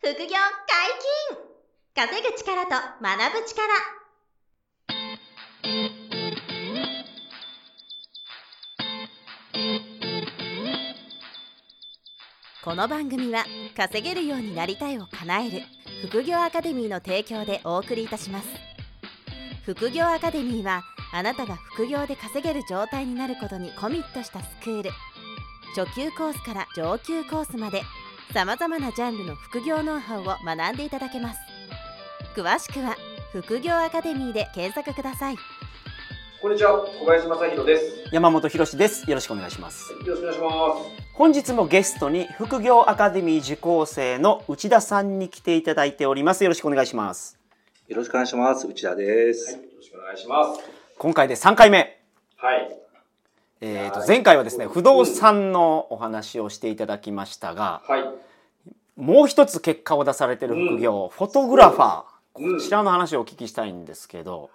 副業解禁。稼ぐ力と学ぶ力。この番組は稼げるようになりたいを叶える副業アカデミーの提供でお送りいたします。副業アカデミーはあなたが副業で稼げる状態になることにコミットしたスクール。初級コースから上級コースまでさまざまなジャンルの副業ノウハウを学んでいただけます。詳しくは副業アカデミーで検索ください。 こんにちは、小林正弘です。 山本博史です。よろしくお願いします。 よろしくお願いします。 本日もゲストに副業アカデミー受講生の内田さんに来ていただいております。よろしくお願いします。 よろしくお願いします。内田です。 はい、よろしくお願いします。 今回で3回目。 はい。 前回はですね、不動産のお話をしていただきましたが、 はい。 もう一つ結果を出されている副業、フォトグラファー、こちらの話をお聞きしたいんですけど、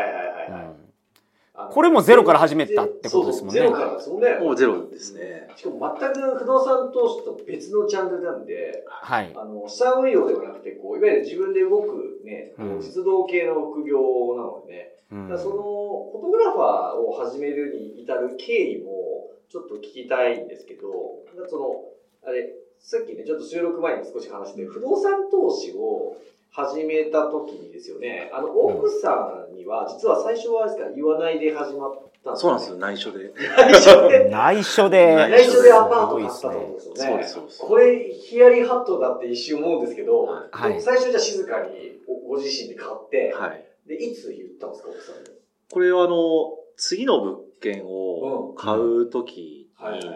これもゼロから始めたってことですもんね。 ゼロからですもんね。 もうゼロですね。 しかも全く不動産投資と別のジャンルなんで、 はい。 資産運用ではなくて、いわゆる自分で動くね、実動系の副業なのでね、だからそのフォトグラファーを始めるに至る経緯もちょっと聞きたいんですけど、さっきね、ちょっと収録前に少し話して、不動産投資を始めた時にですよね、奥さんには、実は最初はですか、言わないで始まったんですね。 そうなんですよ、内緒で。 内緒でアパート買ったと思うんですよね。 そうです。 これ、ヒヤリハットだって一瞬思うんですけど、 はい、 最初じゃあ静かにご自身で買って、 はい、 で、いつ言ったんですか、奥さんに。 これは次の物件を買うときに、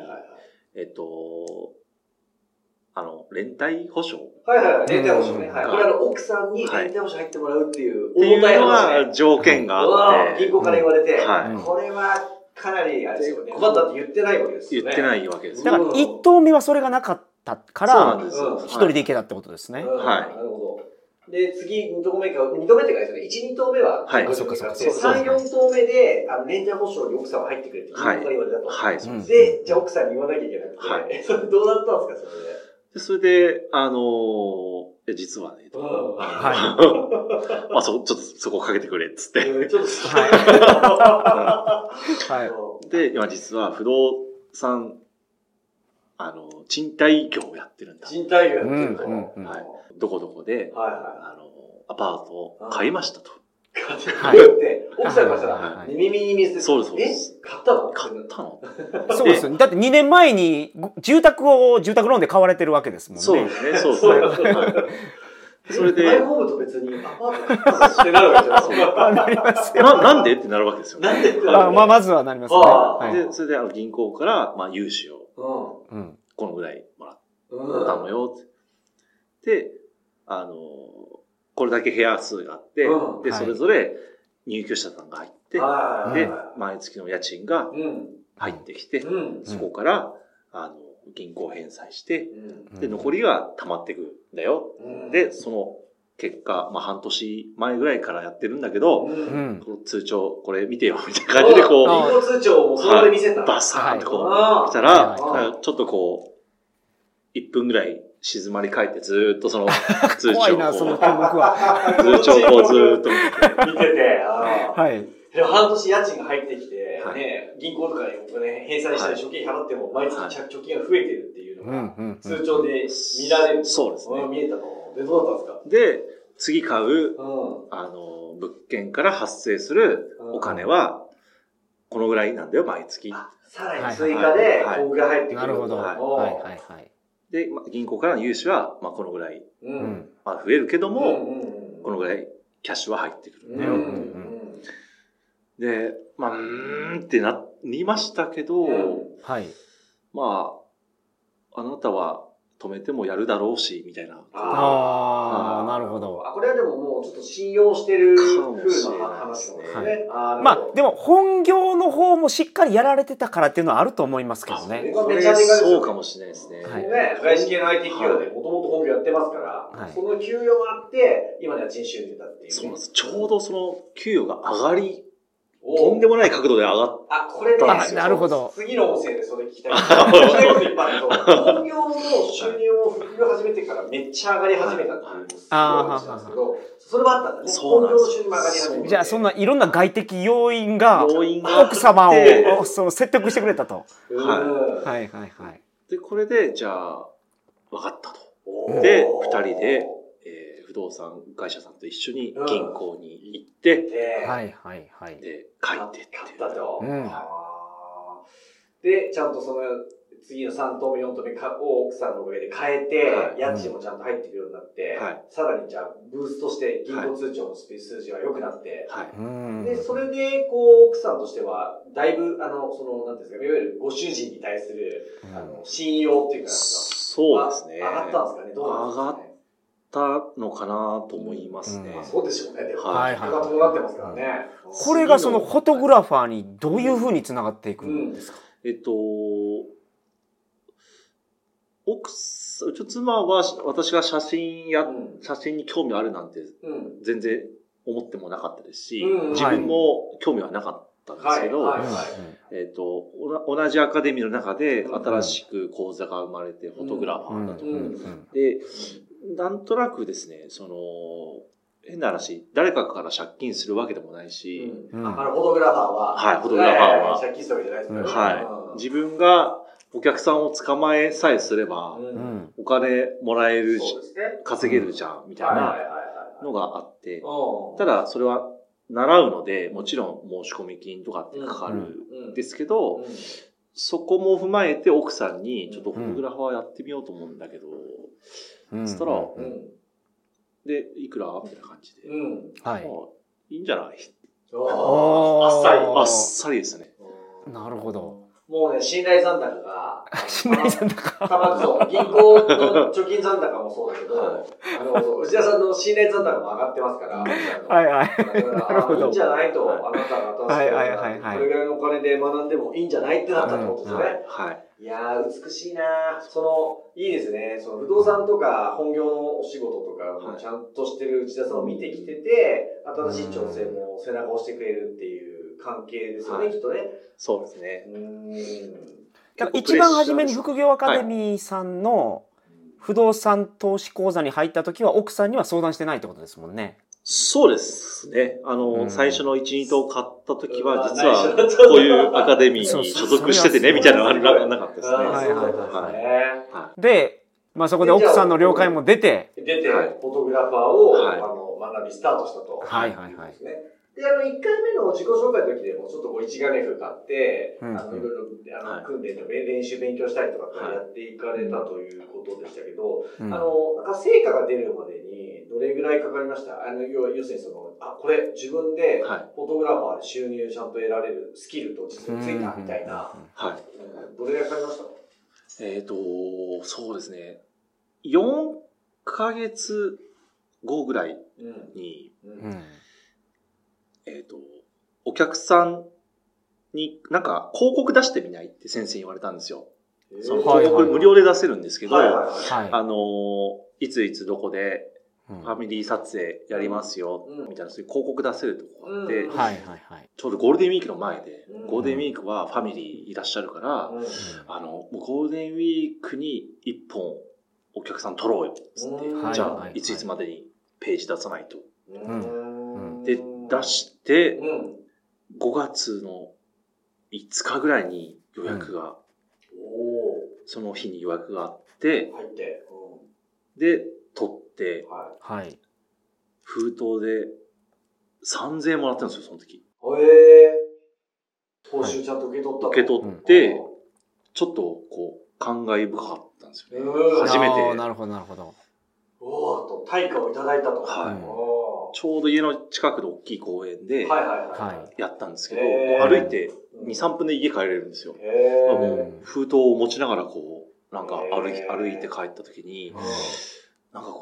連帯保証。 連帯保証ね。これ奥さんに連帯保証入ってもらうっていう重たい話が条件があって、 銀行から言われて、 はい、 これはかなりあれですよね。困ったって言ってないわけですよね。 言ってないわけです。 だから1棟目はそれがなかったから、一人で行けたってことですね。 はい。なるほど。で、次、2棟目ってかですよね。1、2棟目は、 はい、そうか。 3、4棟目で、連帯保証に奥さんは入ってくれって銀行から言われたと。 はい。 で、じゃあ奥さんに言わなきゃいけなくて、はい、それどうなったんですか、 それで、実はね、まあちょっとそこかけてくれっつって。で、今実は不動産、賃貸業をやってるんだ。 賃貸業やってるんだ。 はい。どこどこで、アパートを買いましたと。 はい。奥さんがさ、耳に水で。 そうです。 買ったの？ そうですよね。だって2年前に住宅ローンで買われてるわけですもんね。 そうですね。それで。 マイホームと別にアパート買ったってなるわけじゃないですか。 なりますよ。 なんでってなるわけですよ。 なんでってなる。 まずはなりますね。 で、それで銀行から、融資を、このぐらいもらったのよ。で、これだけ部屋数があって、で、それぞれ入居者さんが入って、で、毎月の家賃が入ってきて、そこから、銀行返済して、で、残りが溜まってくんだよ。で、その結果、半年前ぐらいからやってるんだけど、この通帳、これ見てよ、みたいな感じでこう、 銀行通帳をそこで見せた。 バサーンとこう、したら、ちょっとこう、1分ぐらい、静まり返ってずーっとその通帳を通帳をずーっと見てて、 はい。 半年家賃が入ってきて、ね、銀行とかにお金返済したり貯金払っても毎月貯金が増えてるっていうのが通帳で見られる。 そうですね。 見えたの。で、どうだったんですか？ で、次買う、物件から発生するお金は、このぐらいなんだよ、毎月。 さらに追加で、このぐらい入ってくる。 なるほど。 で、銀行からの融資は、このぐらい、増えるけども、このぐらいキャッシュは入ってくるんだよ。で、ってなりましたけど、あなたは止めてもやるだろうし、みたいな。 なるほど。 これはでももうちょっと信用してる風な話ですね。 でも本業の方もしっかりやられてたからっていうのはあると思いますけどね。 そうかもしれないですね。 外資系の IT 企業でもともと本業やってますから、その給与があって、今では人収入だっていう。 そうなんです。ちょうどその給与が上がりとんでもない角度で上がっこれね、 なるほど。 次の音声でそれ聞きたい。聞きたいこといっぱいあると、本業の収入を副業始めてからめっちゃ上がり始めたっていう、すごい話なんですけど、それもあったんだね。本業の収入も上がり始めて。 じゃあそんないろんな外的要因が奥様を説得してくれたと。はいはいはい。 で、これで、じゃあ、分かったと。で、二人で、不動産会社さんと一緒に銀行に行って、 はいはいはい。 で、書いて買ったと。で、ちゃんとその次の3棟目4棟目を奥さんのおかげで変えて、家賃もちゃんと入ってくるようになって、さらにじゃあブーストして銀行通帳の数字が良くなって、で、それでこう奥さんとしては、だいぶその、なんていうんですか、いわゆるご主人に対する、信用っていうか、 そうですね。 上がったんですかね、どうなんですかね。 たのかなと思いますね。 そうでしょうね。でも、 はいはい。が伴ってますからね。 これがそのフォトグラファーにどういうふうにつながっていくんですか？ うちの妻は私が写真に興味あるなんて全然思ってもなかったですし、自分も興味はなかったんですけど、同じアカデミーの中で新しく講座が生まれてフォトグラファーだと。で、なんとなくですね、変な話、誰かから借金するわけでもないし、 フォトグラファーは、 はい、フォトグラファーは、 借金するわけじゃないですね。 はい。自分がお客さんを捕まえさえすれば、お金もらえる、稼げるじゃん、みたいなのがあって、ただそれは習うので、もちろん申込金とかってかかるんですけど、そこも踏まえて奥さんに、ちょっとフォトグラファーやってみようと思うんだけど、つったら、で、いくらみたいな感じで。 はい。 いいんじゃない？ あっさりですね。 なるほど。 もうね、信頼残高が、 信頼残高銀行の貯金残高もそうだけど、内田さんの信頼残高も上がってますから、 はいはい。 なるほど。いいんじゃないと、あなたが新しく、これぐらいのお金で学んでもいいんじゃないってなったってことですね。 はい。 いやー、美しいなー。いいですね。不動産とか本業のお仕事とかもちゃんとしてる内田さんを見てきてて、新しい挑戦も背中を押してくれるっていう関係ですよね、きっとね。 そうですね。 一番初めに副業アカデミーさんの不動産投資講座に入った時は奥さんには相談してないってことですもんね。 そうですね。最初の1、2棟買った時は、実はこういうアカデミーに所属しててね、みたいなのがなかったですね。 で、そこで奥さんの了解も出て、 フォトグラファーを学びスタートしたと。 はいはいはい。 で、1回目の自己紹介の時でもちょっと一眼レフ買って、いろいろ、訓練の練習勉強したりとかやっていかれたということでしたけど、なんか成果が出るまでにどれぐらいかかりました？要するにこれ自分でフォトグラファーで収入ちゃんと得られるスキルと実力ついたみたいな、どれぐらいかかりました？ そうですね。4ヶ月後ぐらいに、お客さんになんか広告出してみないって先生に言われたんですよ。その広告無料で出せるんですけど、いついつどこでファミリー撮影やりますよ、みたいなそういう広告出せるとこがあって、ちょうどゴールデンウィークの前で、ゴールデンウィークはファミリーいらっしゃるから、もうゴールデンウィークに1本お客さん取ろうよ、つって、じゃあいついつまでにページ出さないと。で、出して、5月の5日ぐらいに予約が、その日に予約があって、で、取って、封筒で3000円もらったんですよ、その時。 報酬ちゃんと受け取った。 受け取って、ちょっと感慨深かったんですよね。初めて。 なるほど、なるほど。 対価をいただいたと。 ちょうど家の近くの大きい公園でやったんですけど、歩いて2、3分で家帰れるんですよ。もう封筒を持ちながらなんか歩いて帰った時に、なんか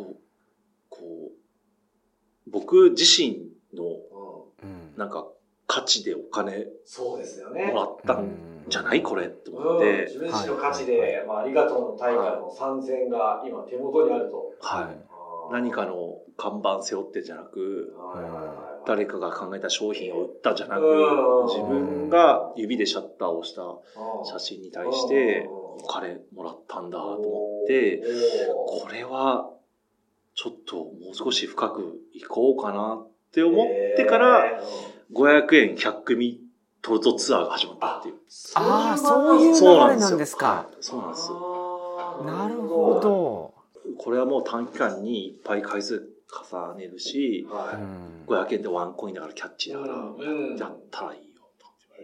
僕自身のなんか価値でお金もらったんじゃないこれって思って。 自分自身の価値で、ありがとうの対価の3000円が今手元にあると。 何かの看板背負ってじゃなく、誰かが考えた商品を売ったじゃなく、自分が指でシャッターを押した写真に対してお金もらったんだと思って、これはちょっともう少し深くいこうかなって思ってから500円100組トゾツアーが始まったっていう。 ああ、そういう流れなんですか。 そうなんですよ。 なるほど。 これはもう短期間にいっぱい回数重ねるし、500円でワンコインだからキャッチだからやったらいいよと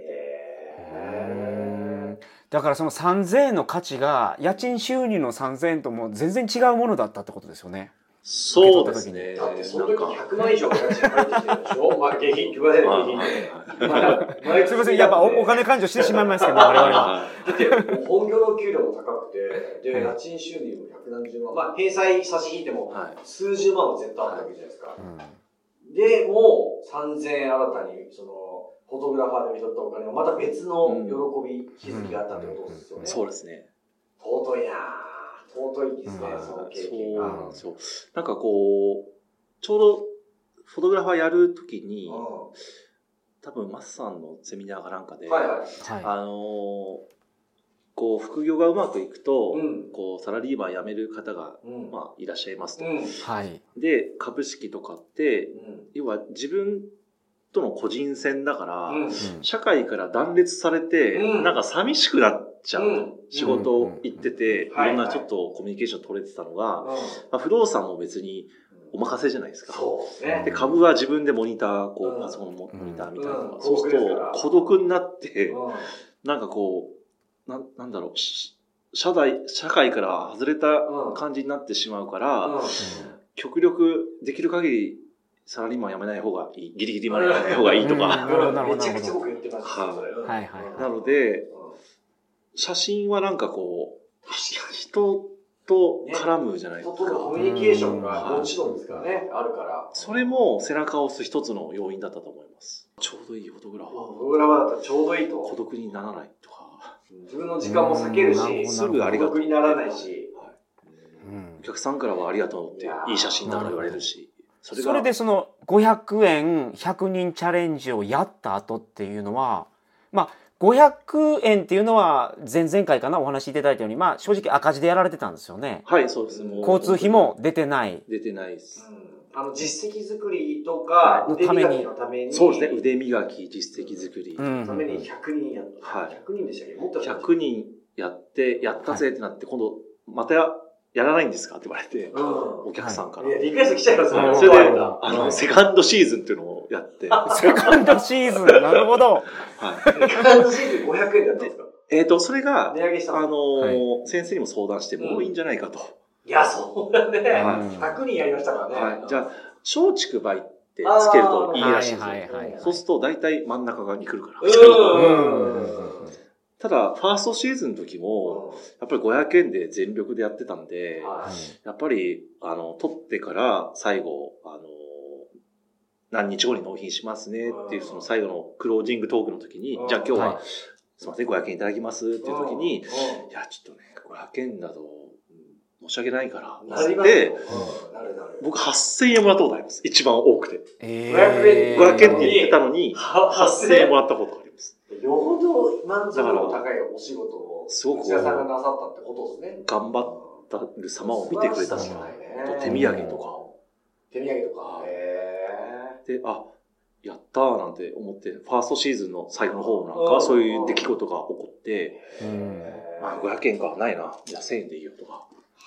言われて。だからその3000円の価値が家賃収入の3000円とも全然違うものだったってことですよね。 そうですね。 だってその時100万以上の家賃入ってきてるでしょ。まあ下品、言われる下品で。 すみません、やっぱお金勘定してしまいますけど、我々は。 だって本業の給料も高くて、で、家賃収入も百何十万。まあ、返済差し引いても数十万は絶対あったわけじゃないですか。で、もう3000円新たに、その、フォトグラファーで見取ったお金はまた別の喜び、気づきがあったってことですよね。 そうですね。 尊いなぁ。尊いですね、その経験が。 そうなんですよ。なんかこう、ちょうどフォトグラファーやるときに、多分マスさんのセミナーかなんかで、こう副業がうまくいくと、こうサラリーマン辞める方が、まあ、いらっしゃいますと。で、株式とかって、要は自分との個人戦だから、社会から断裂されて、なんか寂しくなっちゃう。仕事行ってて、いろんなちょっとコミュニケーション取れてたのが、不動産も別にお任せじゃないですか。で、株は自分でモニター、こう、パソコンのモニターみたいなのが、そうすると孤独になって、なんかこう、なんだろう、社会から外れた感じになってしまうから、極力できる限りサラリーマン辞めない方がいい、ギリギリまで辞めない方がいいとか。 めちゃくちゃ僕言ってます。 なので、写真はなんかこう、人と絡むじゃないですか。 人とのコミュニケーションがもちろんですからね、あるから。 それも背中を押す一つの要因だったと思います。ちょうどいいフォトグラファー。 フォトグラファーだったらちょうどいいと。 孤独にならないとか。 自分の時間も避けるし、すぐありがとうにならないし。 お客さんからはありがとうっていい写真だと言われるし。 それでその500円100人チャレンジをやった後っていうのは、まあ500円っていうのは前々回かなお話しいただいたように、まあ正直赤字でやられてたんですよね。 はい、そうです。 交通費も出てない。 出てないです。 実績作りとか、腕磨きのために。 そうですね、腕磨き、実績作り。 のために100人やった。 はい。 100人でしたっけ？もっと 100人やって、やったぜってなって、今度、またやらないんですかって言われて、お客さんから。 いや、リクエスト来ちゃいますね。 それで、セカンドシーズンっていうのをやって。 セカンドシーズン、なるほど。 はい。セカンドシーズン500円だったんですか？ それが、 値上げした先生にも相談して、もういいんじゃないかと。 いや、そうだね。100人やりましたからね。 はい。じゃあ、松竹梅ってつけるといいらしいんですよ。そうすると、大体真ん中側に来るから。ただ、ファーストシーズンの時も、やっぱり500円で全力でやってたんで、やっぱり、取ってから最後、何日後に納品しますねっていう、その最後のクロージングトークの時に、じゃあ今日は、すいません、500円いただきますっていう時に、いや、ちょっとね、500円だと申し訳ないから、で、僕8000円もらったことあります。一番多くて。500円って言ってたのに、8000円もらったことがあります。 よほど満足度の高いお仕事を、すごく内田さんがなさったってことですね。 頑張ったる様を見てくれたし、手土産とか。 手土産とか。 で、やったーなんて思って、ファーストシーズンの最後の方なんか、そういう出来事が起こって、500円か、ないな。じゃあ1000円でいいよとか。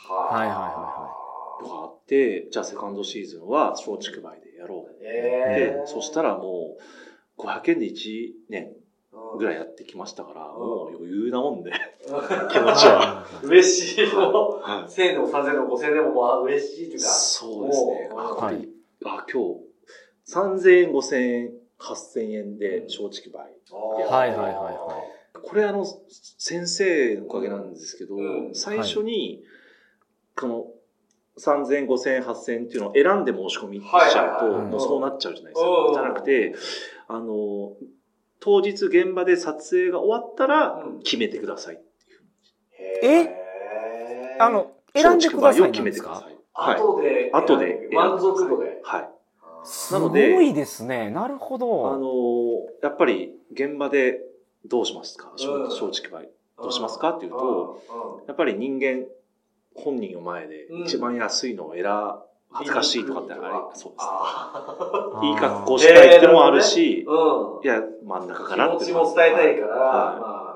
とかあって、じゃあセカンドシーズンは松竹梅でやろう。で、そしたらもう、500円で1年ぐらいやってきましたから、もう余裕なもんで、気持ちは。 嬉しい。もう、1000円でも3000円でも5000円でも、まあ嬉しいというか。 そうですね。今日、3000円、5000円、8000円で松竹梅。これ先生のおかげなんですけど、最初に、この3000円、5000円、8000円っていうのを選んで申し込みしちゃうと、もうそうなっちゃうじゃないですか。じゃなくて、当日現場で撮影が終わったら決めてくださいっていう。 選んでくださいなんですか？ 後で満足度で。 はい。なので、すごいですね。なるほど。 やっぱり現場でどうしますか、松竹梅どうしますかっていうと、やっぱり人間本人を前で一番安いのを恥ずかしいとかってありそうですね。いい格好したいってのもあるし、いや真ん中かなって気持ちも伝えたいから、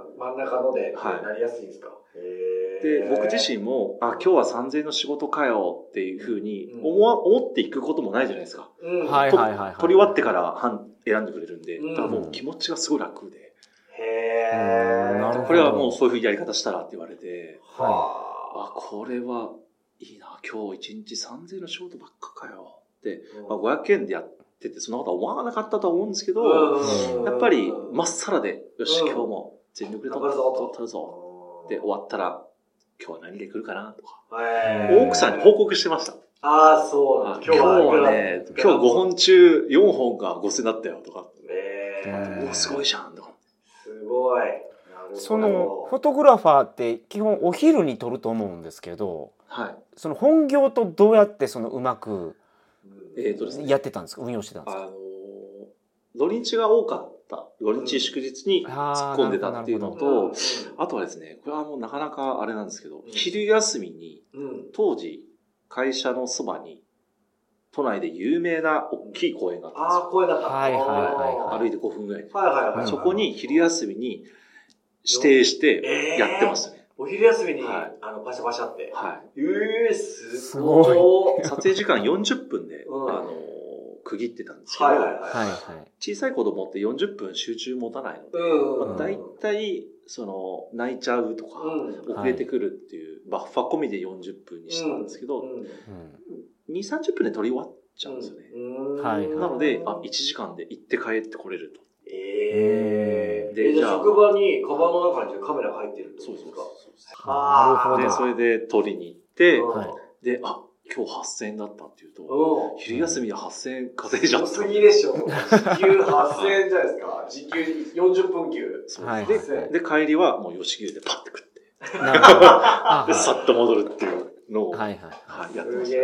真ん中のでなりやすいですか。 で、僕自身も、今日は3000円の仕事かよっていうふうに思っていくこともないじゃないですか。 はいはいはい。 取り終わってから選んでくれるんで、だからもう気持ちがすごい楽で。これはもうそういうふうにやり方したらって言われて、これはいいな、今日一日3000円の仕事ばっかかよって、500円でやっててそんなことは思わなかったとは思うんですけど、やっぱりまっさらで、よし、今日も全力で取るぞって終わったら、今日は何で来るかなとか、奥さんに報告してました。 そうなん今日はね、今日5本中4本が5000だったよとか、すごいじゃんとか。 すごい。 そのフォトグラファーって基本お昼に撮ると思うんですけど、その本業とどうやってそのうまくやってたんですか、運用してたんですか。 土日が多かった。土日祝日に突っ込んでたっていうのと、あとはですね、これはもうなかなかあれなんですけど、昼休みに、当時会社のそばに都内で有名な大きい公園があったんですよ。 公園だった。 歩いて5分ぐらいで。そこに昼休みに指定してやってましたね。 お昼休みに、バシャバシャって。すごい。 撮影時間40分で、区切ってたんですけど、小さい子供って40分集中持たないので、だいたい泣いちゃうとか、遅れてくるっていうバッファ込みで40分にしたんですけど、2、30分で撮り終わっちゃうんですよね。なので、1時間で行って帰ってこれると。 で、じゃあ職場に、カバンの中にカメラが入ってるってことですか？ なるほど。 で、それで撮りに行って、で、今日8000円だったっていうと、昼休みで8000円稼いじゃった。 すぎでしょ。時給8000円じゃないですか。時給40分給。 で、帰りはもう吉牛でパッて食って。で、さっと戻るっていうのを、やってました。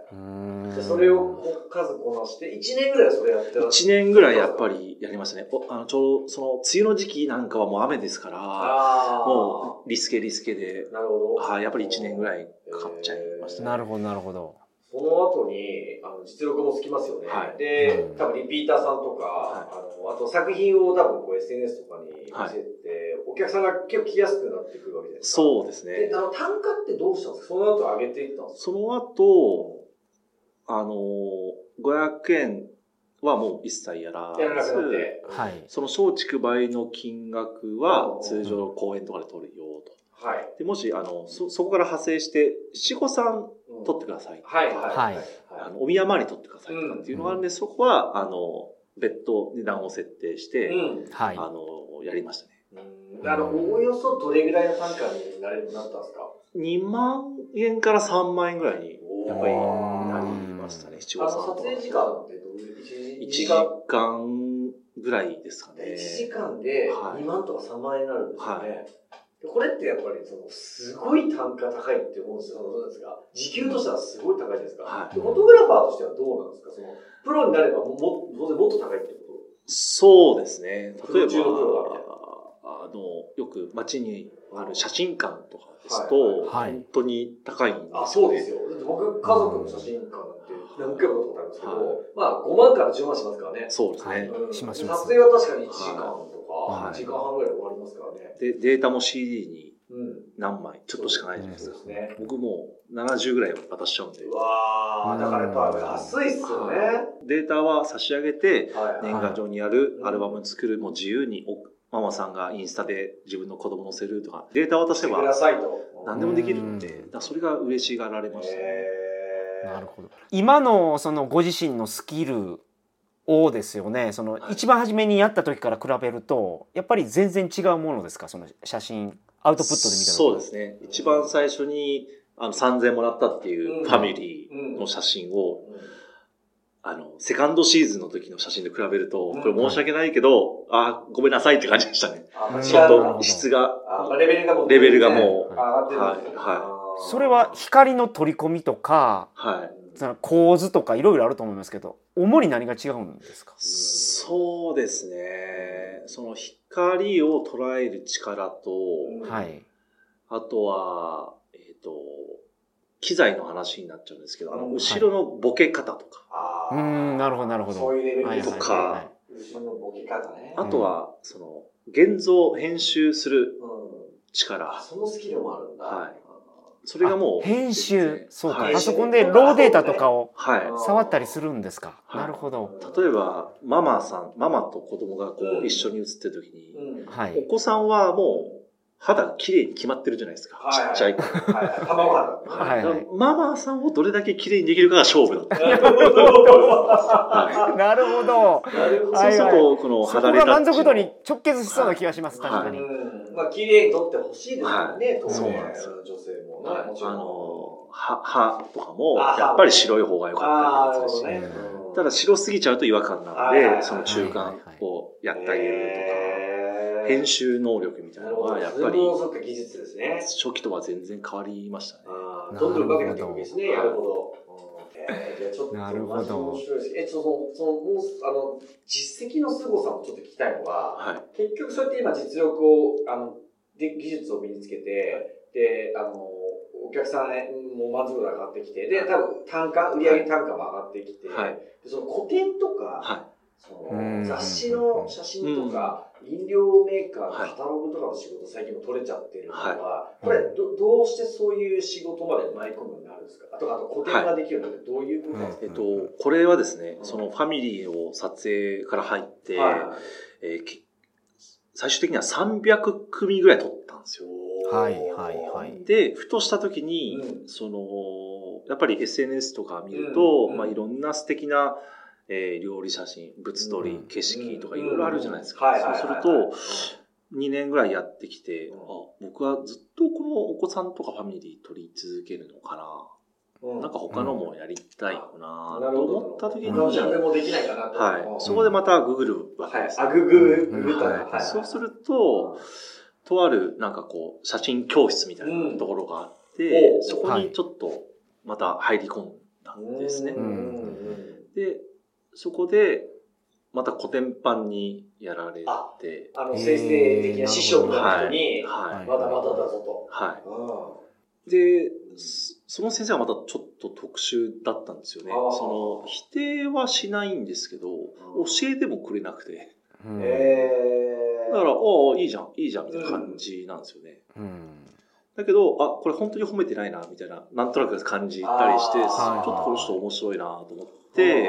それを数こなして、1年ぐらいそれやって 1年ぐらいやっぱりやりましたね。ちょうどその梅雨の時期なんかはもう雨ですから、もうリスケで、やっぱり1年ぐらいかかっちゃいましたね。 なるほど、なるほど。 その後に実力もつきますよね。で、多分リピーターさんとか、あと作品を多分SNS とかに見せて、お客さんが結構来やすくなってくるわけですか。 そうですね。 で、単価ってどうしたんですか？その後上げていったんですか？ その後、500円はもう一切やらず、その松竹梅の金額は通常の公演とかで取るよと。でもしそこから派生して七五三取ってくださいとか、お宮参り取ってくださいとかっていうのがあるんで、そこは別途値段を設定してやりましたね。 おおよそどれぐらいの単価になったんですか ？2万円から3万円ぐらいにやっぱりなりましたね。 撮影時間ってどういう 1時間ぐらいですかね。 1時間で2万とか3万円になるんですよね。これってやっぱりすごい単価高いって思うんですよ。そうですか。時給としてはすごい高いじゃないですか。フォトグラファーとしてはどうなんですか？プロになればもっと高いってこと？ そうですね。例えばよく街にある写真館とかですと、本当に高いんですよね。 そうですよ。僕、家族の写真館なんて何回も撮ったんですけど、5万から10万しますからね。 そうですね。 撮影は確かに1時間とか、1時間半ぐらいで終わりますからね。 で、データも CD に何枚、ちょっとしかないじゃないですか。僕も70ぐらい渡しちゃうんで。 だからやっぱ安いっすよね。 データは差し上げて、年賀状にあるアルバム作るも自由にママさんがインスタで自分の子供載せるとか、データ渡せば何でもできるんで、それが嬉しがられましたね。 なるほど。今のそのご自身のスキルをですよね、一番初めにやった時から比べるとやっぱり全然違うものですか？その写真アウトプットで見たら。 そうですね。一番最初に3000もらったっていうファミリーの写真を、セカンドシーズンの時の写真で比べると、これ申し訳ないけど、ごめんなさいって感じでしたね。ちょっと質が、レベルがもう、 上がってるんですね。 それは光の取り込みとか、 はい。 その構図とかいろいろあると思いますけど、主に何が違うんですか？ そうですね。その光を捉える力と、 はい。 あとは、機材の話になっちゃうんですけど、後ろのボケ方とか。 なるほど、なるほど。 そういうレベルとか、 後ろのボケ方ね。 あとは、その、現像、編集する力。 そのスキルもあるんだ。 はい。それがもう。 編集。そうか。パソコンでローデータとかを触ったりするんですか。なるほど。 例えば、ママと子供がこう一緒に写ってる時に、 はい。 お子さんはもう、肌が綺麗に決まってるじゃないですか。ちっちゃい子。 卵肌。 はい。ママさんをどれだけ綺麗にできるかが勝負だった。 なるほど。 そうすると、この肌レタッチ。 そこが満足度に直結しそうな気がします、確かに。 まあ、綺麗に撮ってほしいですよね、 そうなんですよ。 女性もね。もちろん。 歯とかも、やっぱり白い方が良かったりするし。ただ白すぎちゃうと違和感なので、その中間をやってあげるとか。編集能力みたいなのがやっぱり技術ですね。 初期とは全然変わりましたね。 どんどん上手くなっていくわけですね。やるほど。ちょっとなるほど。 面白いです。もう実績の凄さもちょっと聞きたいのが、結局そうやって今実力をで技術を身につけて、でお客さんも満足度が上がってきて、で多分売上単価も上がってきて、その個展とか。雑誌の写真とか、飲料メーカーのカタログとかの仕事最近も取れちゃってるのは、これどうしてそういう仕事まで舞い込むようになるんですか？あと個展ができるのってどういうことなんですか？ これはですね、そのファミリーを撮影から入って、最終的には300組ぐらい撮ったんですよ。 はいはいはい。 で、ふとした時に、やっぱり SNS とか見ると、いろんな素敵な料理写真、物撮り、景色とかいろいろあるじゃないですか。そうすると、2年ぐらいやってきて、僕はずっとこのお子さんとかファミリー撮り続けるのかな。なんか他のもやりたいよなと思った時に、 ジャンルもできないかなと。 はい。そこでまたググるわけです。 ググると。 そうすると、とあるなんかこう、写真教室みたいなところがあって、そこにちょっとまた入り込んだんですね。で、そこで、また古典版にやられて。 先生的な師匠の人に、まだまだだぞと。 はい。で、その先生はまたちょっと特殊だったんですよね。否定はしないんですけど、教えてもくれなくて。だから、いいじゃん、みたいな感じなんですよね。だけど、これ本当に褒めてないな、みたいな、なんとなく感じたりして、ちょっとこの人面白いなと思って、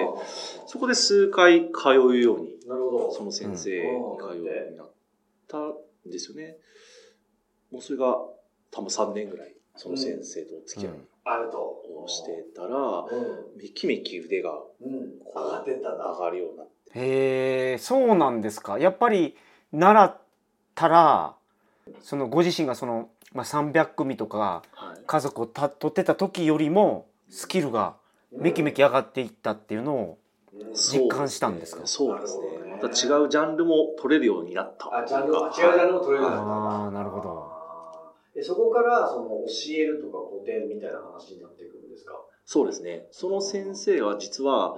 そこで数回通うように、その先生に通うようになったんですよね。もうそれが多分3年ぐらい、その先生とお付き合いをしてたら、めきめき腕が上がるようになって。 へー、そうなんですか。やっぱり習ったら、そのご自身が300組とか家族を撮ってた時よりもスキルがめきめき上がっていったっていうのを実感したんですか？ そうですね。また違うジャンルも撮れるようになった。 違うジャンルも撮れるようになった。 なるほど。 そこから教えるとか古典みたいな話になっていくんですか？ そうですね。その先生は実は、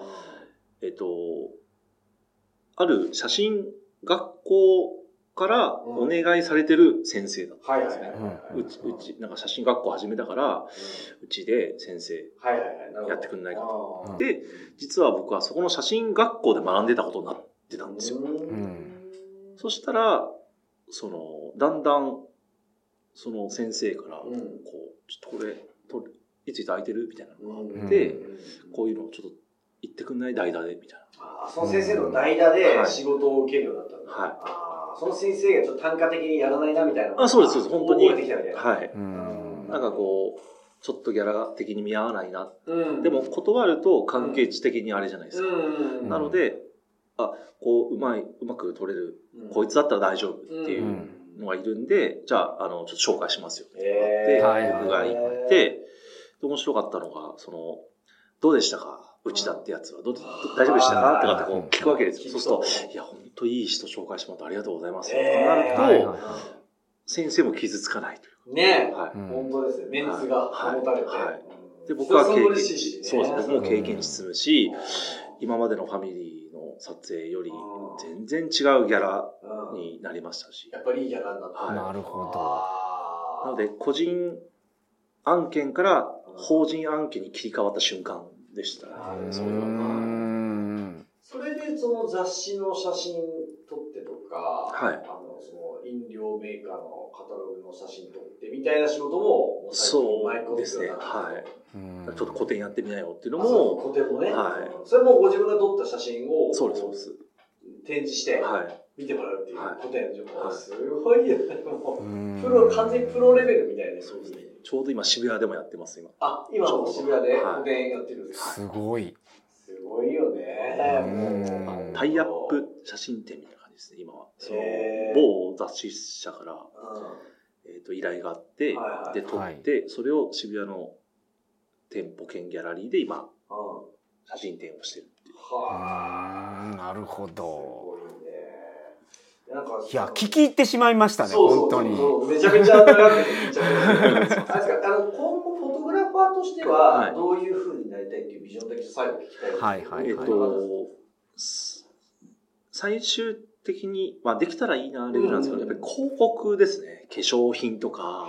ある写真学校からお願いされてる先生だったんですね。うち、なんか写真学校始めたから、うちで先生やってくんないかと。で、実は僕はそこの写真学校で学んでたことになってたんですよ。そしたら、だんだん、その先生から、ちょっとこれ、いついつ空いてるみたいなのがあって、こういうのをちょっと言ってくんない代打でみたいな。 その先生の代打で仕事を受けるようになったんだ。その先生がちょっと単価的にやらないなみたいな。 そうです、本当に。 覚えてきたみたいな。 はい。なんかこう、ちょっとギャラ的に見合わないな。でも断ると関係値的にあれじゃないですか。なので、こう、うまく取れる、こいつだったら大丈夫っていうのがいるんで、じゃあ、ちょっと紹介しますよって言われて、僕が行って、面白かったのが、どうでしたか内田ってやつは大丈夫でしたかとかってこう聞くわけですよ。そうすると、いや、本当いい人紹介してもらってありがとうございますとかなると、先生も傷つかないというねえ、 はい、 本当ですね。メンツが保たれて。 で、僕は経験値、そうです。僕も経験値積むし、今までのファミリーの撮影より全然違うギャラになりましたし。 やっぱりいいギャラになった。 なるほど。 なので、個人案件から法人案件に切り替わった瞬間でしたね。そういうのが。 それでその雑誌の写真撮ってとか、 はい、 その飲料メーカーのカタログの写真撮ってみたいな仕事もそうですね。はい。ちょっと個展やってみなよっていうのも。 個展もね。 はい。 それもご自分が撮った写真をそうです。 展示して見てもらうっていう個展でもすごいよね。完全にプロレベルみたいな。 そうですね。ちょうど今渋谷でもやってます今。 今も渋谷で個展やってるんですか。 すごい。 すごいよね。 タイアップ写真展みたいな感じですね、今は。某雑誌社から、依頼があって、で、撮って、それを渋谷の店舗兼ギャラリーで今、写真展をしてるっていう。 なるほど。いや、聞き入ってしまいましたね、本当に。 めちゃめちゃ長くて、めちゃめちゃ。今後フォトグラファーとしては、どういう風になりたいっていうビジョンだけ最後聞きたいです。 最終的に、できたらいいなレベルなんですけど、やっぱり広告ですね。化粧品とか。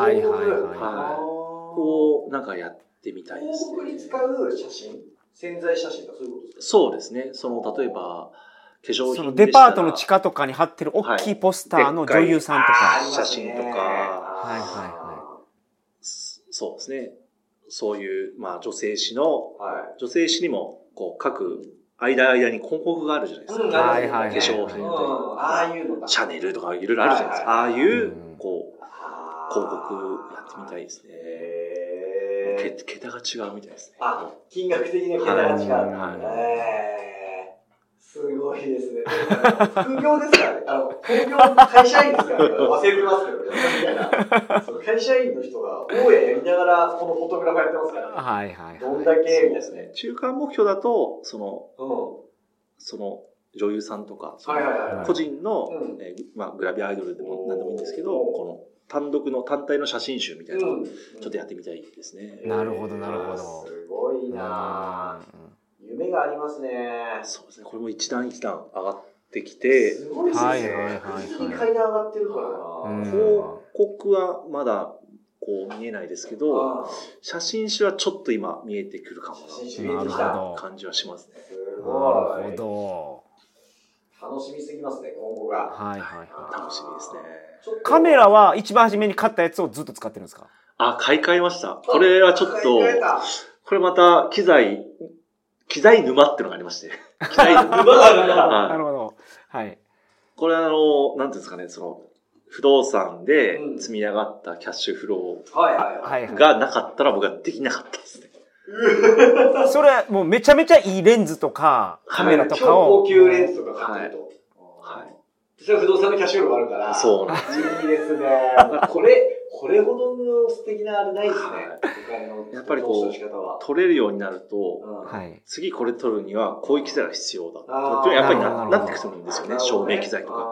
をなんかやってみたいですね。 広告に使う写真、宣材写真とかそういうことですか？ そうですね。例えば、化粧品デパートの地下とかに貼ってる大きいポスターの女優さんとか。 写真とか。そうですね。そういう、女性誌にも、各間に広告があるじゃないですか。化粧品とか、シャネルとかいろいろあるじゃないですか。ああいう、広告やってみたいですね。桁が違うみたいですね。 金額的に桁が違う。すごいですね。副業ですからね。本業の会社員ですからね。忘れてますけどね。みたいな。会社員の人が大家やりながらこのフォトグラファーやってますからね。どんだけみたいですね。 中間目標だと、その女優さんとか、個人のグラビアアイドルでも何でもいいんですけど、この単体の写真集みたいなのをちょっとやってみたいですね。 なるほど、なるほど。 すごいな夢がありますね。 そうですね。これも一段一段上がってきて。 すごいですね。普通に階段上がってるからな。 広告はまだ見えないですけど、写真集はちょっと今見えてくるかもなっていう感じはしますね。 すごい。 なるほど。楽しみすぎますね、今後が。 楽しみですね。 カメラは一番初めに買ったやつをずっと使ってるんですか？ 買い替えました。これはちょっと、これまた機材沼っていうのがありまして。機材沼がなるほど。はい。 これなんていうんですかね、不動産で積み上がったキャッシュフローがなかったら僕はできなかったですね。 それもうめちゃめちゃいいレンズとかカメラとかを。 超高級レンズとか買ってると。それは不動産のキャッシュフローがあるから。 そうなんですよ。 いいですね。これほどの素敵なあれないですね。 やっぱり撮れるようになると、次これ撮るにはこういう機材が必要だとやっぱりなってくるんですよね。照明機材とか。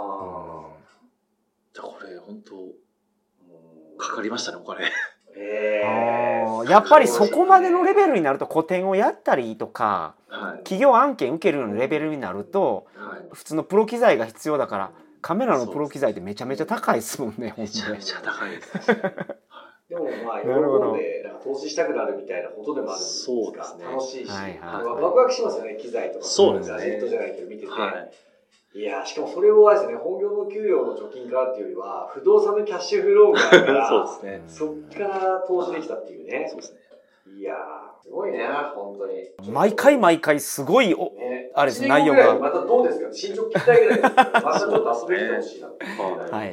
じゃあこれ本当かかりましたね、お金。 やっぱりそこまでのレベルになると個展をやったりとか、企業案件受けるようなレベルになると、普通のプロ機材が必要だから。カメラのプロ機材ってめちゃめちゃ高いですもんね。 めちゃめちゃ高いです。 でも喜んで投資したくなるみたいなことでもあるんですか。楽しいし、ワクワクしますよね、機材とか。 そうですね。 ネットじゃないけど見てて。いやしかもそれをあれですね、本業の給料の貯金からっていうよりは不動産のキャッシュフローがあるからそうですね。 そっから投資できたっていうね。 そうですね。 いやーすごいね、本当に。 毎回すごいあれです、内容が。 またどうですか、進捗聞きたいぐらいですけど、またちょっと遊びに来てほしいなっていう、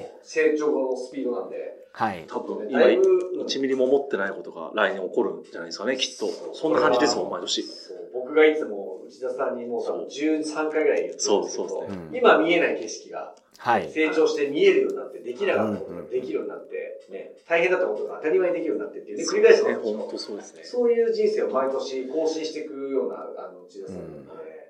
成長後のスピードなんで。 多分今1ミリも持ってないことが来年起こるんじゃないですかね、きっと。そんな感じですもん、毎年。 僕がいつも内田さんにもう多分13回ぐらい言ってるんですけど、今見えない景色が成長して見えるようになって、できなかったことができるようになって、大変だったことが当たり前にできるようになってっていうね、繰り返しなんですよ。そういう人生を毎年更新していくような内田さんなので、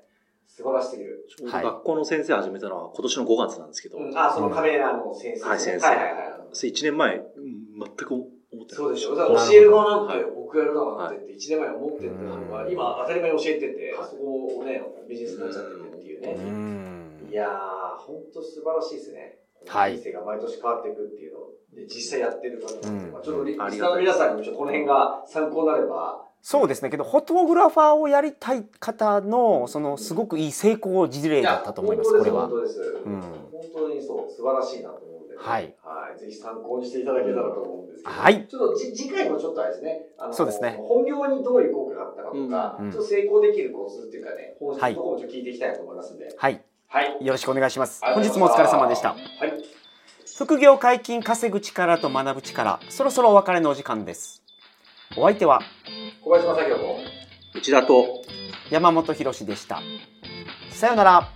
素晴らしすぎる。 学校の先生始めたのは今年の5月なんですけど。 そのカメラの先生。 はい、先生。1年前、全く思ってない。 そうでしょ。だから教える側なんて、僕やる側なんてって1年前に思ってるのが、今当たり前に教えてて、そこをね、ビジネスになっちゃってるっていうね。いやー、ほんと素晴らしいですね。 はい。 人生が毎年変わっていくっていうのを、実際やってる方なんで、ちょっとリスナーの皆さんにもちょっとこの辺が参考になれば。 そうですね。けど、フォトグラファーをやりたい方の、すごくいい成功事例だったと思います、これは。 本当です。本当にそう、素晴らしいなと思うので、はい。ぜひ参考にしていただけたらと思うんですけど、はい。ちょっと次回もちょっとあれですね、 そうですね。 本業にどういう効果があったかとか、ちょっと成功できるコツっていうかね、本質のところもちょっと聞いていきたいと思いますので、はい。はい。よろしくお願いします。本日もお疲れ様でした。はい。副業解禁、稼ぐ力と学ぶ力、そろそろお別れのお時間です。お相手は小林正弘と内田と山本博でした。さようなら。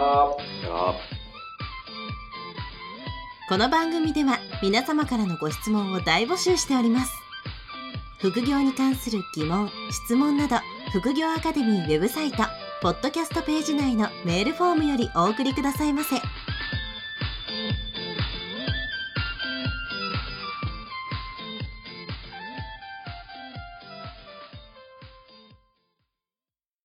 この番組では皆様からのご質問を大募集しております。副業に関する疑問・質問など、副業アカデミーウェブサイトポッドキャストページ内のメールフォームよりお送りくださいませ。